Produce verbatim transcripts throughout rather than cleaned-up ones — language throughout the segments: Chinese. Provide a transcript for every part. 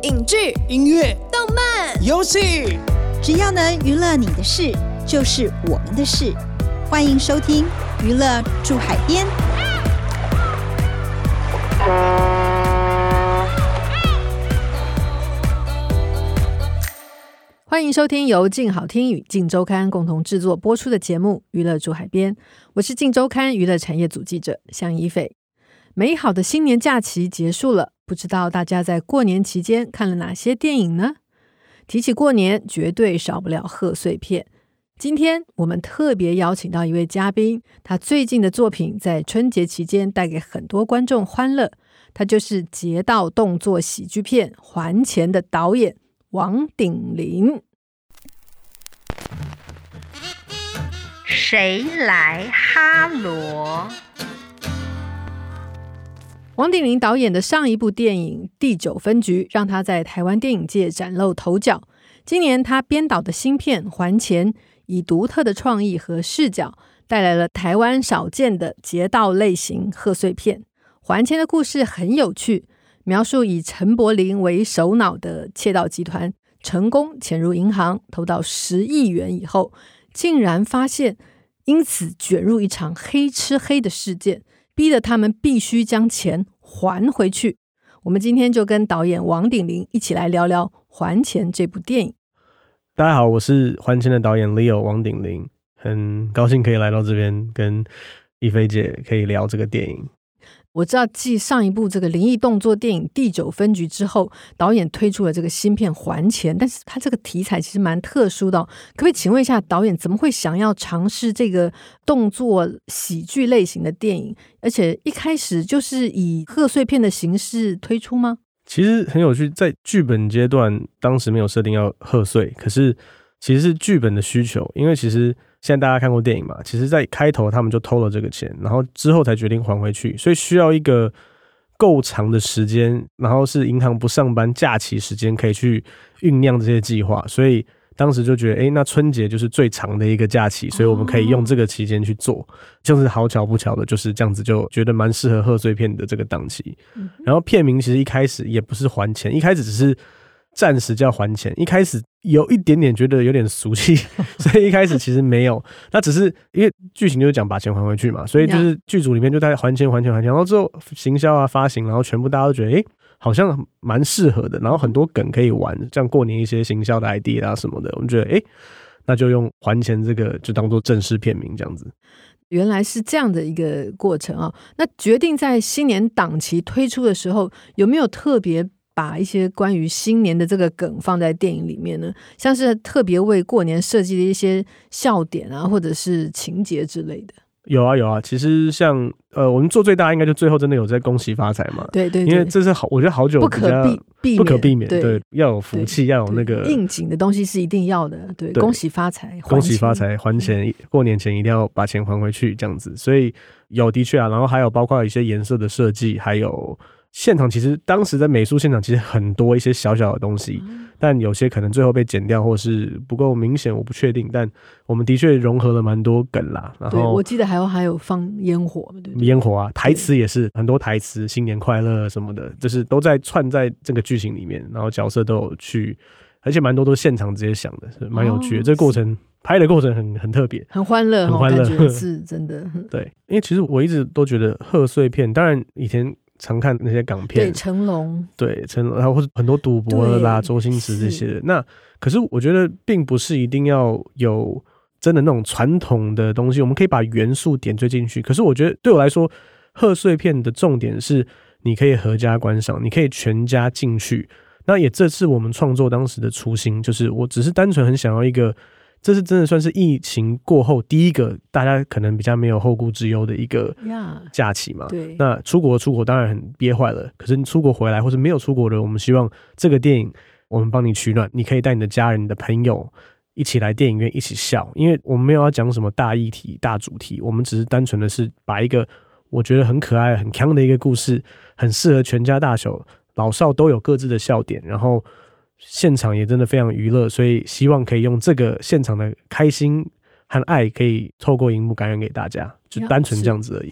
影剧、 音乐、 动漫、 游戏， 只要能娱乐你的事，就是我们的事。欢迎收听《娱乐住海边》。 欢迎收听由静好听与静周刊共同制作播出的节目《娱乐住海边》，我是静周刊娱乐产业组记者向一斐。美好的新年假期结束了，不知道大家在过年期间看了哪些电影呢？提起过年，绝对少不了贺岁片。今天我们特别邀请到一位嘉宾，他最近的作品在春节期间带给很多观众欢乐，他就是劫道动作喜剧片《还钱》的导演王鼎霖。 谁来哈罗？ 王鼎霖导演的上一部电影《第九分局》让他在台湾电影界崭露头角。今年他编导的新片《还钱》，以独特的创意和视角，带来了台湾少见的劫盗类型贺岁片。《还钱》的故事很有趣，描述以陈柏霖为首脑的窃盗集团成功潜入银行，偷到十亿元以后，竟然发现因此卷入一场黑吃黑的事件，逼得他们必须将钱还回去。我们今天就跟导演王鼎霖一起来聊聊《还钱》这部电影。 大家好，我是《还钱》的导演 Leo 王鼎霖，很高兴可以来到这边跟一菲姐可以聊这个电影。 我知道继上一部这个灵异动作电影《第九分局》之后，导演推出了这个新片《还钱》，但是他这个题材其实蛮特殊的、哦、可不可以请问一下导演，怎么会想要尝试这个动作喜剧类型的电影，而且一开始就是以贺岁片的形式推出吗？ 其实很有趣，在剧本阶段当时没有设定要贺岁，可是其实是剧本的需求，因为其实现在大家看过电影嘛，其实在开头他们就偷了这个钱，然后之后才决定还回去，所以需要一个够长的时间，然后是银行不上班假期时间可以去酝酿这些计划，所以当时就觉得，哎，那春节就是最长的一个假期，所以我们可以用这个期间去做，就是好巧不巧的，就是这样子，就觉得蛮适合贺岁片的这个档期。然后片名其实一开始也不是还钱，一开始只是暂时叫还钱，一开始有一点点觉得有点俗气，所以一开始其实没有，那只是因为剧情就是讲把钱还回去嘛，所以就是剧组里面就在还钱还钱还钱，然后之后行销啊发行，然后全部大家都觉得，哎，好像蛮适合的，然后很多梗可以玩，像过年一些行销的 idea 啊什么的，我们觉得，哎，那就用还钱这个就当做正式片名这样子。 原来是这样的一个过程啊！那决定在新年档期推出的时候，有没有特别把一些关于新年的这个梗放在电影里面呢？像是特别为过年设计的一些笑点啊，或者是情节之类的。 有啊有啊，其实像呃，我们做最大应该就最后真的有在恭喜发财嘛， 对 对, 对， 因为这是好，我觉得好久不可避避免， 不可避免，对， 对， 要有福气，要有那个应景的东西是一定要的，对，对，恭喜发财， 恭喜发财，还钱，嗯，过年前一定要把钱还回去，这样子，所以有的确啊，然后还有包括一些颜色的设计，还有现场，其实当时在美术现场其实很多一些小小的东西，嗯，但有些可能最后被剪掉或是不够明显，我不确定，但我们的确融合了蛮多梗啦。然后对，我记得还有还有放烟火，对对， 烟火啊，台词也是很多台词，新年快乐什么的，就是都在串在这个剧情里面，然后角色都有去，而且蛮多都是现场直接想的，是蛮有趣的。哦，这个过程拍的过程很很特别， 很欢乐， 很欢乐， 感觉是真的。 对，因为其实我一直都觉得贺岁片，当然以前常看那些港片， 对成龙， 对成龙，然后或者很多赌博的啦，周星驰这些的。那可是我觉得并不是一定要有真的那种传统的东西，我们可以把元素点缀进去。可是我觉得对我来说，贺岁片的重点是你可以合家观赏，你可以全家进去。那也这是我们创作当时的初心，就是我只是单纯很想要一个。这是真的算是疫情过后第一个大家可能比较没有后顾之忧的一个假期嘛。 对， 那出国出国当然很憋坏了，可是你出国回来或是没有出国的，我们希望这个电影我们帮你取暖，你可以带你的家人、你的朋友一起来电影院一起笑，因为我们没有要讲什么大议题、大主题，我们只是单纯的是把一个我觉得很可爱、很鏘的一个故事，很适合全家大小、老少都有各自的笑点，然后现场也真的非常娱乐，所以希望可以用这个现场的开心和爱，可以透过荧幕感染给大家，就单纯这样子而已。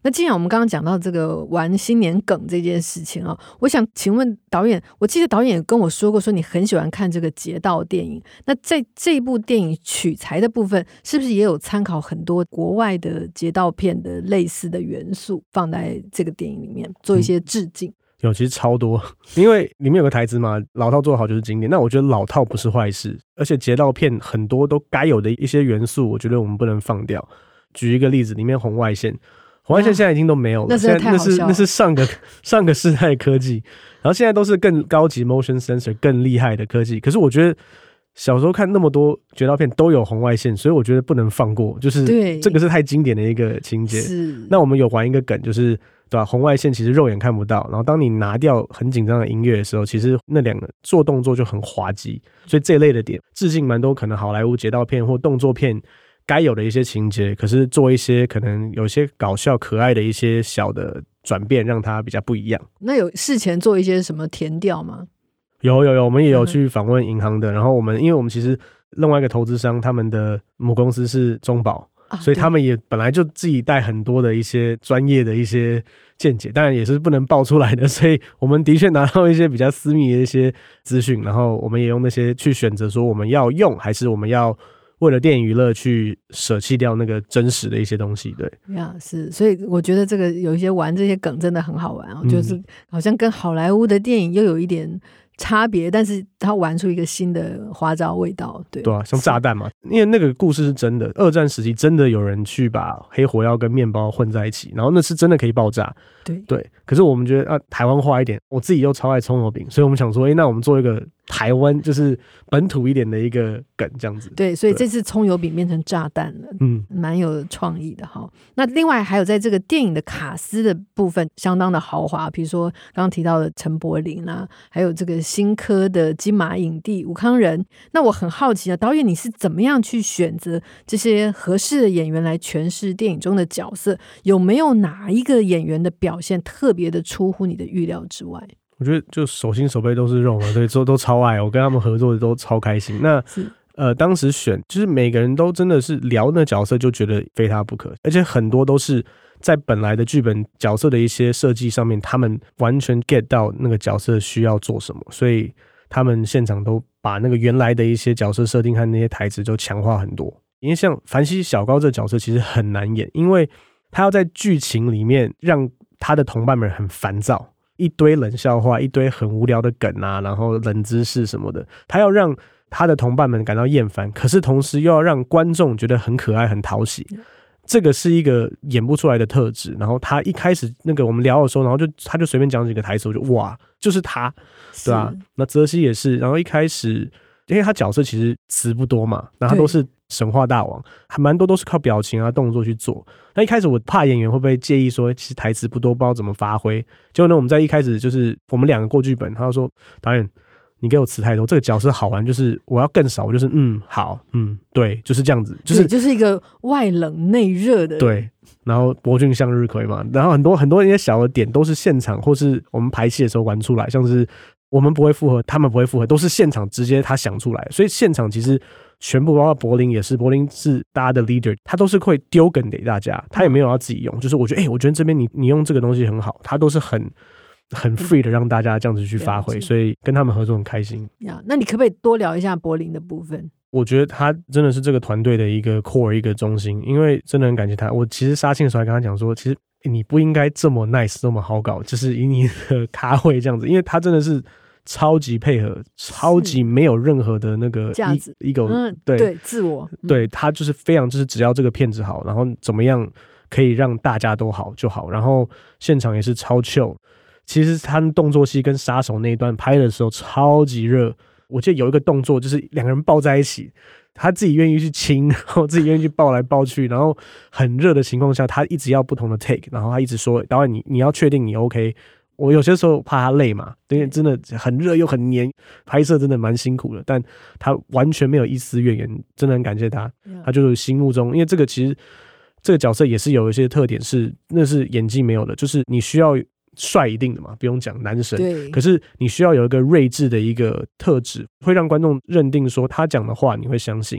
那既然我们刚刚讲到这个玩新年梗这件事情啊，我想请问导演，我记得导演跟我说过，说你很喜欢看这个劫盗电影。那在这部电影取材的部分，是不是也有参考很多国外的劫盗片的类似的元素，放在这个电影里面做一些致敬？嗯， 有，其实超多，因为里面有个台词嘛，老套做得好就是经典。那我觉得老套不是坏事，而且劫盗片很多都该有的一些元素，我觉得我们不能放掉。举一个例子，里面红外线。红外线现在已经都没有了， 那真的太好笑了。 现在那是那是上个上个世代科技，然后现在都是更高级 motion sensor 更厉害的科技。可是我觉得小时候看那么多劫盗片都有红外线，所以我觉得不能放过，就是这个是太经典的一个情节。那我们有玩一个梗，就是对吧？红外线其实肉眼看不到，然后当你拿掉很紧张的音乐的时候，其实那两个做动作就很滑稽。所以这一类的点致敬蛮多可能好莱坞劫盗片或动作片该有的一些情节，可是做一些可能有些搞笑可爱的一些小的转变，让它比较不一样。那有事前做一些什么填调吗？ 有有有，我们也有去访问银行的，嗯、然后我们因为我们其实另外一个投资商他们的母公司是中保，啊、所以他们也本来就自己带很多的一些专业的一些见解，当然也是不能爆出来的，所以我们的确拿到一些比较私密的一些资讯，然后我们也用那些去选择说我们要用还是我们要为了电影娱乐去舍弃掉那个真实的一些东西。对呀，是，所以我觉得这个有一些玩这些梗真的很好玩、哦嗯、就是好像跟好莱坞的电影又有一点差别，但是他玩出一个新的花招味道。对对啊，像炸弹嘛，因为那个故事是真的，二战时期真的有人去把黑火药跟面包混在一起，然后那是真的可以爆炸。 对对，可是我们觉得啊，台湾化一点，我自己又超爱葱油饼，所以我们想说，哎、欸，那我们做一个台湾就是本土一点的一个梗，这样子。 对，所以这次葱油饼变成炸弹了，嗯，蛮有创意的哈。那另外还有在这个电影的卡司的部分，相当的豪华，比如说刚刚提到的陈柏霖啦、啊，还有这个新科的金马影帝吴慷仁。那我很好奇啊，导演你是怎么样去选择这些合适的演员来诠释电影中的角色？有没有哪一个演员的表现特别的出乎你的预料之外？ 我觉得就手心手背都是肉嘛，对，都都超爱，我跟他们合作的都超开心。那呃，当时选就是每个人都真的是聊那角色就觉得非他不可，而且很多都是在本来的剧本角色的一些设计上面，他们完全 get 到那个角色需要做什么，所以他们现场都把那个原来的一些角色设定和那些台词就强化很多。因为像凡熙小高这角色其实很难演，因为他要在剧情里面让他的同伴们很烦躁。一堆冷笑话，一堆很无聊的梗啊，然后冷知识什么的，他要让他的同伴们感到厌烦，可是同时又要让观众觉得很可爱很讨喜，这个是一个演不出来的特质。然后他一开始那个我们聊的时候，然后就他就随便讲几个台词，我就哇就是他，对吧、啊？那泽熙也是，然后一开始因为他角色其实词不多嘛，然后他都是神话大王，还蛮多都是靠表情啊动作去做。那一开始我怕演员会不会介意说其实台词不多不知道怎么发挥，结果呢我们在一开始就是我们两个过剧本，他就说导演你给我词太多，这个角色好玩就是我要更少，我就是嗯好嗯对就是这样子，就是就是一个外冷内热的对，然后博俊向日葵嘛，然后很多很多一些小的点都是现场或是我们排戏的时候玩出来，像是我们不会复合他们不会复合都是现场直接他想出来，所以现场其实全部包括柏霖也是，柏霖是大家的 leader， 他都是会丢梗给大家，他也没有要自己用，就是我觉得哎、欸，我觉得这边你你用这个东西很好，他都是很很 free 的让大家这样子去发挥，所以跟他们合作很开心呀。那你可不可以多聊一下柏霖的部分？ 我觉得他真的是这个团队的一个 core 一个中心，因为真的很感谢他。我其实杀青的时候还跟他讲说，其实、欸、你不应该这么 nice 这么好搞，就是以你的咖位这样子，因为他真的是超级配合，超级没有任何的那个架子 ego，、 嗯、 对对自我、 嗯，对他就是非常就是只要这个片子好，然后怎么样可以让大家都好就好，然后现场也是超 chill。其实他们动作戏跟杀手那一段拍的时候超级热，我记得有一个动作就是两个人抱在一起，他自己愿意去亲，然后自己愿意去抱来抱去，然后很热的情况下，他一直要不同的 take， 然后他一直说导演你你要确定你 OK。我有些时候怕他累嘛，因为真的很热又很黏，拍摄真的蛮辛苦的，但他完全没有一丝怨言，真的很感谢他。他就是心目中，因为这个其实这个角色也是有一些特点是那是演技没有的，就是你需要帅一定的嘛，不用讲男神，可是你需要有一个睿智的一个特质，会让观众认定说他讲的话你会相信。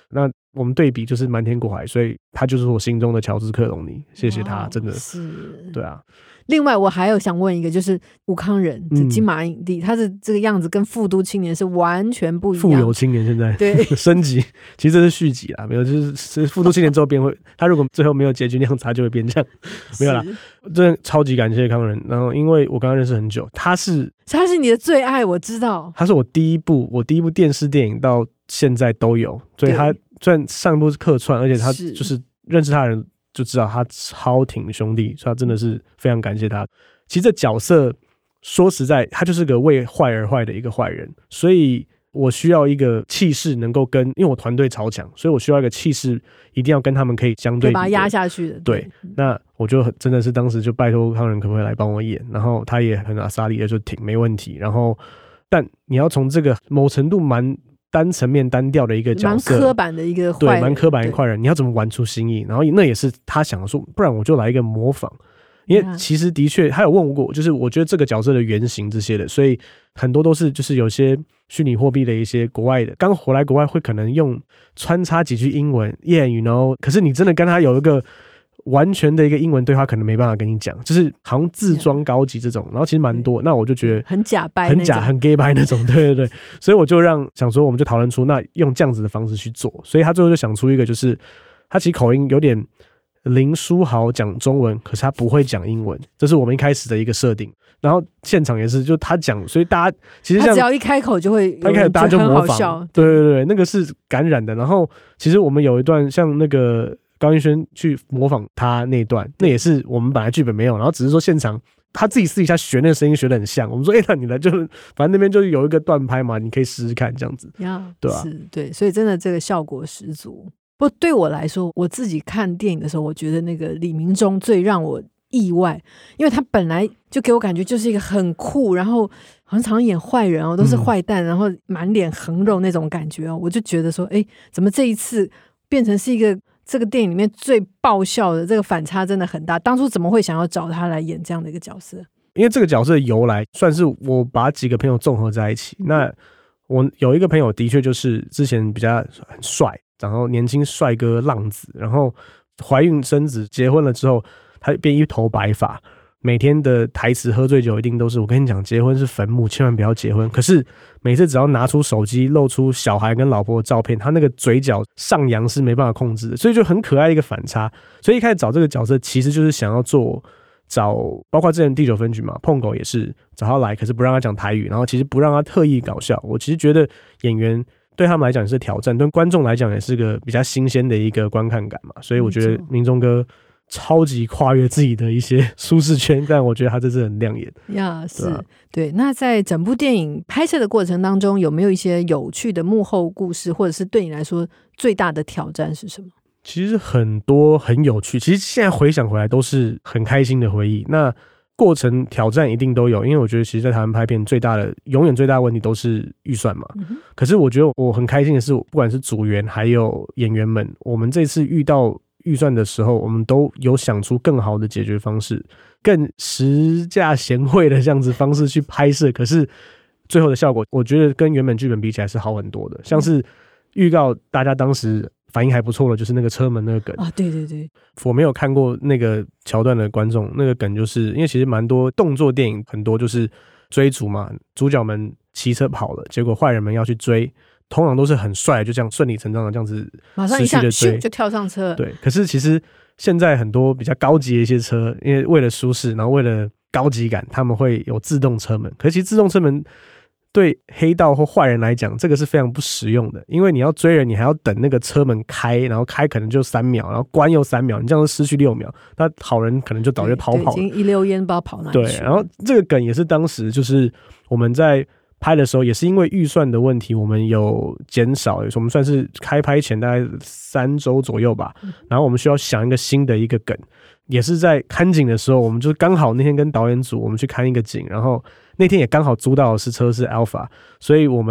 那我们对比就是瞒天过海，所以他就是我心中的乔治克隆尼，谢谢他，真的是， 对啊。 另外我还有想问一个，就是吴康仁这金马影帝、嗯、他的这个样子跟富都青年是完全不一样， 富有青年现在对升级，其实这是续集啦，没有，就是富都青年之后变会，他如果最后没有结局那样子，他就会变这样，没有啦，真的超级感谢康仁。然后因为我跟他认识很久，他是他是你的最爱，我知道， 他是我第一部我第一部电视电影到现在都有，所以他虽然上一部是客串，而且他就是认识他的人就知道他超挺兄弟，所以他真的是非常感谢他。其实这角色说实在，他就是个为坏而坏的一个坏人，所以我需要一个气势能够跟，因为我团队超强，所以我需要一个气势一定要跟他们可以相对比的， 把他压下去的。 对，那我就真的是当时就拜托康仁可不可以来帮我演，然后他也很阿萨利的就挺没问题。然后，但你要从这个某程度蛮单层面单调的一个角色， 蛮刻板的一个坏人， 对，蛮刻板的一个坏人，你要怎么玩出新意？然后那也是他想说，不然我就来一个模仿。因为其实的确他有问过，就是我觉得这个角色的原型这些的，所以很多都是就是有些虚拟货币的一些国外的，刚回来国外会可能用穿插几句英文 ，yeah you know， 可是你真的跟他有一个完全的一个英文对话，可能没办法跟你讲，就是好像自装高级这种，然后其实蛮多，那我就觉得很假掰， 很假很 gay 掰那种，对对对，所以我就让想说，我们就讨论出那用这样子的方式去做，所以他最后就想出一个，就是他其实口音有点林书豪讲中文，可是他不会讲英文，这是我们一开始的一个设定。然后现场也是，就他讲，所以大家其实像他只要一开口就会， 他一开始大家就模仿，对对对，那个是感染的。然后其实我们有一段像那个高英轩去模仿他那一段，那也是我们本来剧本没有，然后只是说现场他自己私底下学那个声音学得很像，我们说哎、欸，那你来就反正那边就有一个断拍嘛，你可以试试看这样子，对吧、啊？ 是，对，所以真的这个效果十足。不，对我来说，我自己看电影的时候，我觉得那个李明忠最让我意外，因为他本来就给我感觉就是一个很酷，然后好像常常演坏人哦，都是坏蛋，嗯、然后满脸横肉那种感觉哦，我就觉得说，哎，怎么这一次变成是一个这个电影里面最爆笑的，这个反差真的很大。当初怎么会想要找他来演这样的一个角色？ 因为这个角色的由来，算是我把几个朋友综合在一起。嗯、那我有一个朋友的确就是之前比较很帅。然后年轻帅哥浪子，然后怀孕生子，结婚了之后，他变一头白发，每天的台词喝醉酒一定都是我跟你讲，结婚是坟墓，千万不要结婚。可是每次只要拿出手机，露出小孩跟老婆的照片，他那个嘴角上扬是没办法控制的，所以就很可爱的一个反差。所以一开始找这个角色，其实就是想要做找，包括之前第九分局嘛，碰狗也是找他来，可是不让他讲台语，然后其实不让他特意搞笑。我其实觉得演员对他们来讲也是挑战，对观众来讲也是个比较新鲜的一个观看感嘛，所以我觉得明忠哥超级跨越自己的一些舒适圈，但我觉得他这次很亮眼呀，是 对,、啊、对。那在整部电影拍摄的过程当中，有没有一些有趣的幕后故事，或者是对你来说最大的挑战是什么？ 其实很多很有趣，其实现在回想回来都是很开心的回忆。那过程挑战一定都有，因为我觉得其实在台湾拍片最大的永远最大的问题都是预算嘛、嗯、可是我觉得我很开心的是，不管是组员还有演员们，我们这次遇到预算的时候，我们都有想出更好的解决方式，更实价贤惠的这样子方式去拍摄，可是最后的效果我觉得跟原本剧本比起来是好很多的。像是预告大家当时反应还不错的就是那个车门那个梗啊，对对对， 我没有看过那个桥段的观众，那个梗就是因为其实蛮多动作电影很多就是追逐嘛，主角们骑车跑了，结果坏人们要去追，通常都是很帅，就这样顺理成章的这样子马上一下咻就跳上车。 对，可是其实现在很多比较高级的一些车，因为为了舒适，然后为了高级感，他们会有自动车门，可是其实自动车门对黑道或坏人来讲，这个是非常不实用的，因为你要追人，你还要等那个车门开，然后开可能就三秒，然后关又三秒，你这样就失去六秒，那好人可能就早就逃跑了， 已经一溜烟不知道跑哪里去。 对，然后这个梗也是当时就是我们在拍的时候，也是因为预算的问题，我们有减少，我们算是开拍前大概三周左右吧，然后我们需要想一个新的一个梗，也是在看景的时候，我们就刚好那天跟导演组我们去看一个景，然后那天也刚好租到的是车是 Alpha， 所以我们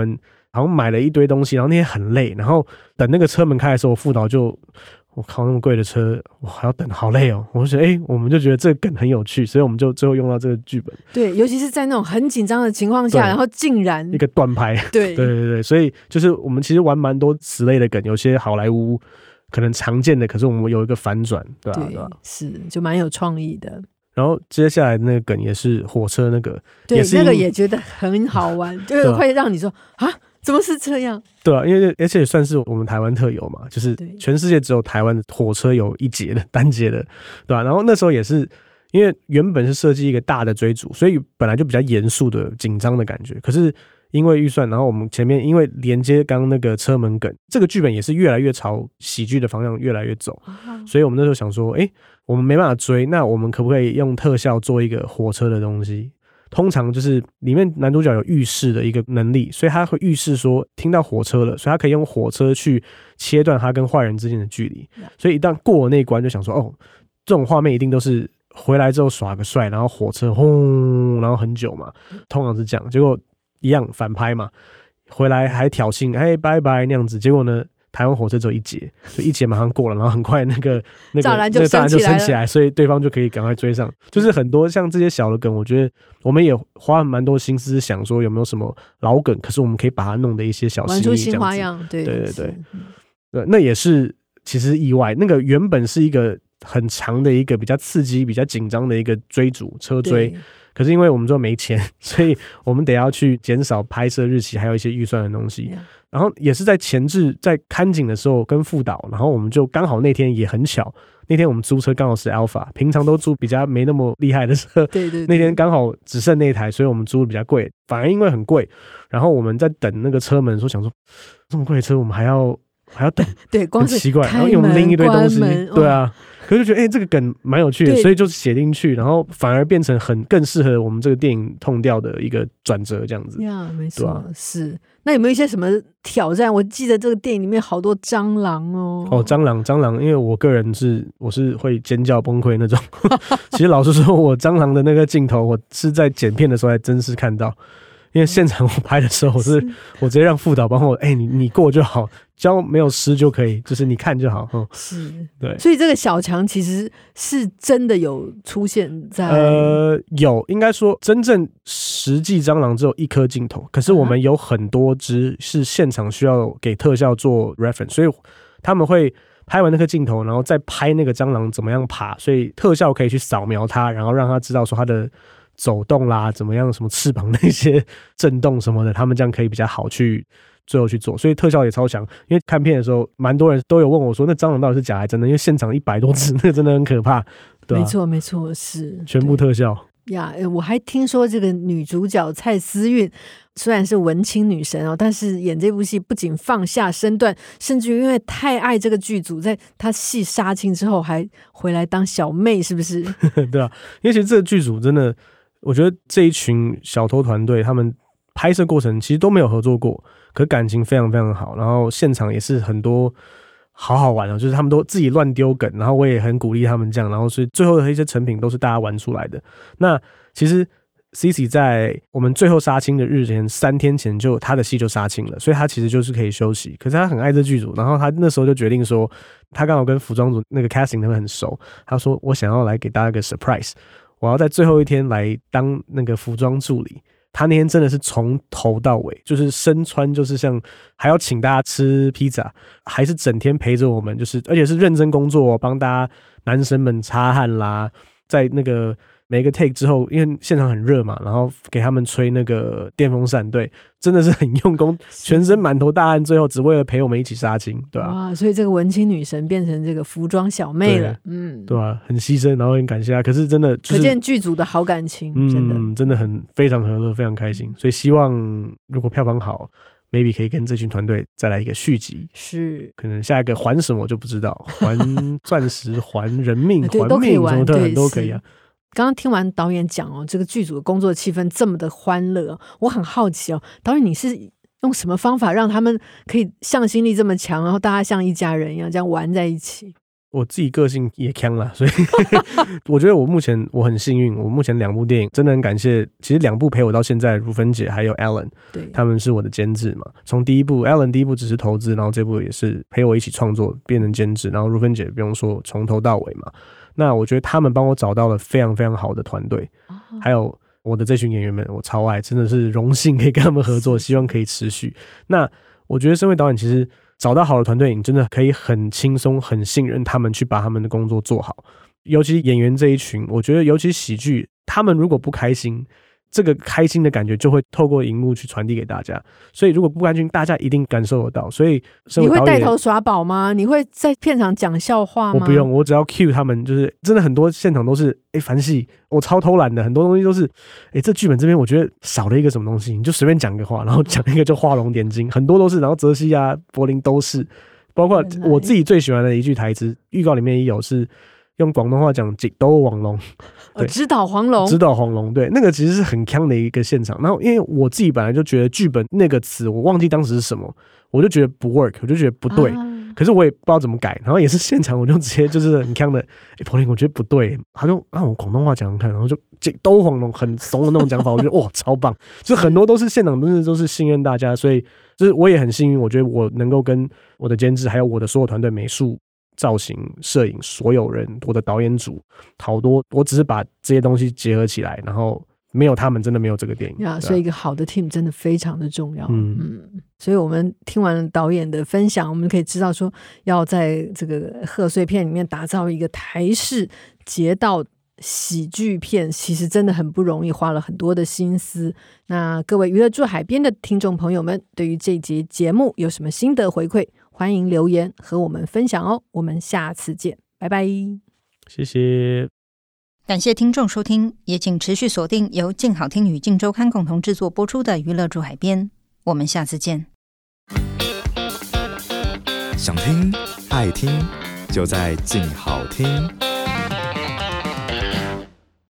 好像买了一堆东西，然后那天很累，然后等那个车门开的时候，副导就我靠，那么贵的车我还要等，好累哦。我就觉得哎、欸，我们就觉得这个梗很有趣，所以我们就最后用到这个剧本。 对，尤其是在那种很紧张的情况下，然后竟然一个断拍。 对对对对，所以就是我们其实玩蛮多此类的梗，有些好莱坞可能常见的，可是我们有一个反转，对吧、啊？ 对， 对吧、啊？ 是就蛮有创意的。 然后接下来的那个梗也是火车那个， 对， 也是那个也觉得很好玩，就是会让你说啊，怎么是这样？ 对啊，因为而且也算是我们台湾特有嘛，就是全世界只有台湾的火车有一节的单节的，对吧、啊？然后那时候也是因为原本是设计一个大的追逐，所以本来就比较严肃的紧张的感觉，可是因为预算，然后我们前面因为连接刚刚那个车门梗，这个剧本也是越来越朝喜剧的方向越来越走，所以我们那时候想说，哎，我们没办法追，那我们可不可以用特效做一个火车的东西？通常就是里面男主角有预示的一个能力，所以他会预示说听到火车了，所以他可以用火车去切断他跟坏人之间的距离。所以一旦过了那一关，就想说，哦，这种画面一定都是回来之后耍个帅，然后火车轰，然后很久嘛，通常是这样。结果一样反拍嘛，回来还挑衅，哎，拜拜那样子。结果呢，台湾火车只有一节，所以一节马上过了，然后很快那个那个栅栏就升起来了， 起来，所以对方就可以赶快追上。就是很多像这些小的梗，我觉得我们也花蛮多心思想说有没有什么老梗，可是我们可以把它弄的一些小新意， 玩出新花样。对对对对，对，那也是其实意外。那个原本是一个很长的一个比较刺激、比较紧张的一个追逐车追。可是因为我们说没钱，所以我们得要去减少拍摄日期，还有一些预算的东西。Yeah. 然后也是在前置在看景的时候跟副导，然后我们就刚好那天也很巧，那天我们租车刚好是 Alpha， 平常都租比较没那么厉害的车， 对 对, 对， 那天刚好只剩那一台，所以我们租的比较贵，反而因为很贵，然后我们在等那个车门的时候想说，这么贵的车我们还要还要等， 对，光是很奇怪，然后因为我们拎一堆东西，对啊。可是就觉得哎、欸，这个梗蛮有趣的，所以就写进去，然后反而变成很更适合我们这个电影痛调的一个转折，这样子。 呀，没错、啊，是。那有没有一些什么挑战？我记得这个电影里面好多蟑螂哦。 哦，蟑螂，蟑螂，因为我个人是我是会尖叫崩溃那种。其实老实说，我蟑螂的那个镜头，我是在剪片的时候还真是看到。因为现场我拍的时候，我是我直接让副导帮我，哎、欸，你你过就好，只要没有湿就可以，就是你看就好。嗯， 是， 对。 所以这个小强其实是真的有出现在， 呃，有，应该说真正实际蟑螂只有一颗镜头，可是我们有很多只是现场需要给特效做 reference， 所以他们会拍完那颗镜头，然后再拍那个蟑螂怎么样爬，所以特效可以去扫描它，然后让他知道说它的走动啦，怎么样，什么翅膀那些震动什么的，他们这样可以比较好去最后去做，所以特效也超强。因为看片的时候，蛮多人都有问我说，那蟑螂到底是假还是真的？因为现场一百多只，那个真的很可怕。对啊、 没错，没错，是全部特效呀。我还听说这个女主角蔡思韵虽然是文青女神哦，但是演这部戏不仅放下身段，甚至于因为太爱这个剧组，在她戏杀青之后还回来当小妹，是不是？ 对啊，因为其实这个剧组真的。我觉得这一群小偷团队，他们拍摄过程其实都没有合作过，可感情非常非常好，然后现场也是很多好好玩哦，就是他们都自己乱丢梗，然后我也很鼓励他们这样，然后所以最后的一些成品都是大家玩出来的。那其实 Cici 在我们最后杀青的日前三天前就他的戏就杀青了，所以他其实就是可以休息。可是他很爱这剧组，然后他那时候就决定说，他刚好跟服装组那个 casting 他们很熟，他说我想要来给大家一个 surprise。我要在最后一天来当那个服装助理，他那天真的是从头到尾，就是身穿，就是像还要请大家吃披萨，还是整天陪着我们，就是而且是认真工作、哦，帮大家男生们擦汗啦，在那个每一个 take 之后，因为现场很热嘛，然后给他们吹那个电风扇，对，真的是很用功，全身满头大汗，最后只为了陪我们一起杀青，对吧、啊？ 哇，所以这个文青女神变成这个服装小妹了，嗯， 对吧、啊？很牺牲，然后很感谢她，可是真的、就是， 可见剧组的好感情，真的， 嗯，真的很非常和乐，非常开心，所以希望如果票房好 ，maybe 可以跟这群团队再来一个续集， 是， 可能下一个还什么我就不知道，还钻石，还人命，还都可以玩， 命什么的都可以啊。 刚刚听完导演讲哦，这个剧组的工作气氛这么的欢乐，我很好奇哦，导演你是用什么方法让他们可以向心力这么强，然后大家像一家人一样这样玩在一起？ 我自己个性也呛啦，所以我觉得我目前我很幸运，我目前两部电影真的很感谢，其实两部陪我到现在，如芬姐还有 Alan， 对，他们是我的监制嘛。从第一部 Alan 第一部只是投资，然后这部也是陪我一起创作变成监制，然后如芬姐不用说从头到尾嘛。那我觉得他们帮我找到了非常非常好的团队，哦，还有我的这群演员们，我超爱，真的是荣幸可以跟他们合作，希望可以持续。那我觉得身为导演，其实找到好的团队，你真的可以很轻松、很信任他们去把他们的工作做好。尤其演员这一群，我觉得尤其喜剧，他们如果不开心，这个开心的感觉就会透过荧幕去传递给大家。所以如果不开心，大家一定感受得到。所以你会带头耍宝吗？你会在片场讲笑话吗？ 我不用，我只要 cue 他们，就是真的很多现场都是，哎，凡戏我超偷懒的，很多东西都是，哎，这剧本这边我觉得少了一个什么东西，你就随便讲一个话，然后讲一个就画龙点睛，很多都是，然后泽西啊、柏林都是，包括我自己最喜欢的一句台词，预告里面也有是。用广东话讲“指导黄龍”， 对，指导黄龍， 指导黄龍，对，那个其实是很鏘的一个现场。然后，因为我自己本来就觉得剧本那个词，我忘记当时是什么，我就觉得不 work， 我就觉得不对。啊、可是我也不知道怎么改，然后也是现场，我就直接就是很鏘的，哎，柏林，我觉得不对，他就让我广东话讲讲看，然后就指導黃龍很怂的那种讲法，我觉得哇，超棒！就是很多都是现场，真的都是信任大家，所以就是我也很幸运，我觉得我能够跟我的监制还有我的所有团队美术。造型、摄影，所有人，我的导演组，好多，我只是把这些东西结合起来，然后没有他们，真的没有这个电影。 呀、yeah, 所以一个好的 team 真的非常的重要。嗯嗯，所以我们听完导演的分享，我们可以知道说，要在这个贺岁片里面打造一个台式街道喜剧片，其实真的很不容易，花了很多的心思。那各位娱乐住海边的听众朋友们，对于这一节节目有什么心得回馈？欢迎留言和我们分享哦，我们下次见，拜拜。 谢谢， 感谢听众收听，也请持续锁定由静好听与静周刊共同制作播出的娱乐住海边，我们下次见。 想听爱听就在静好听。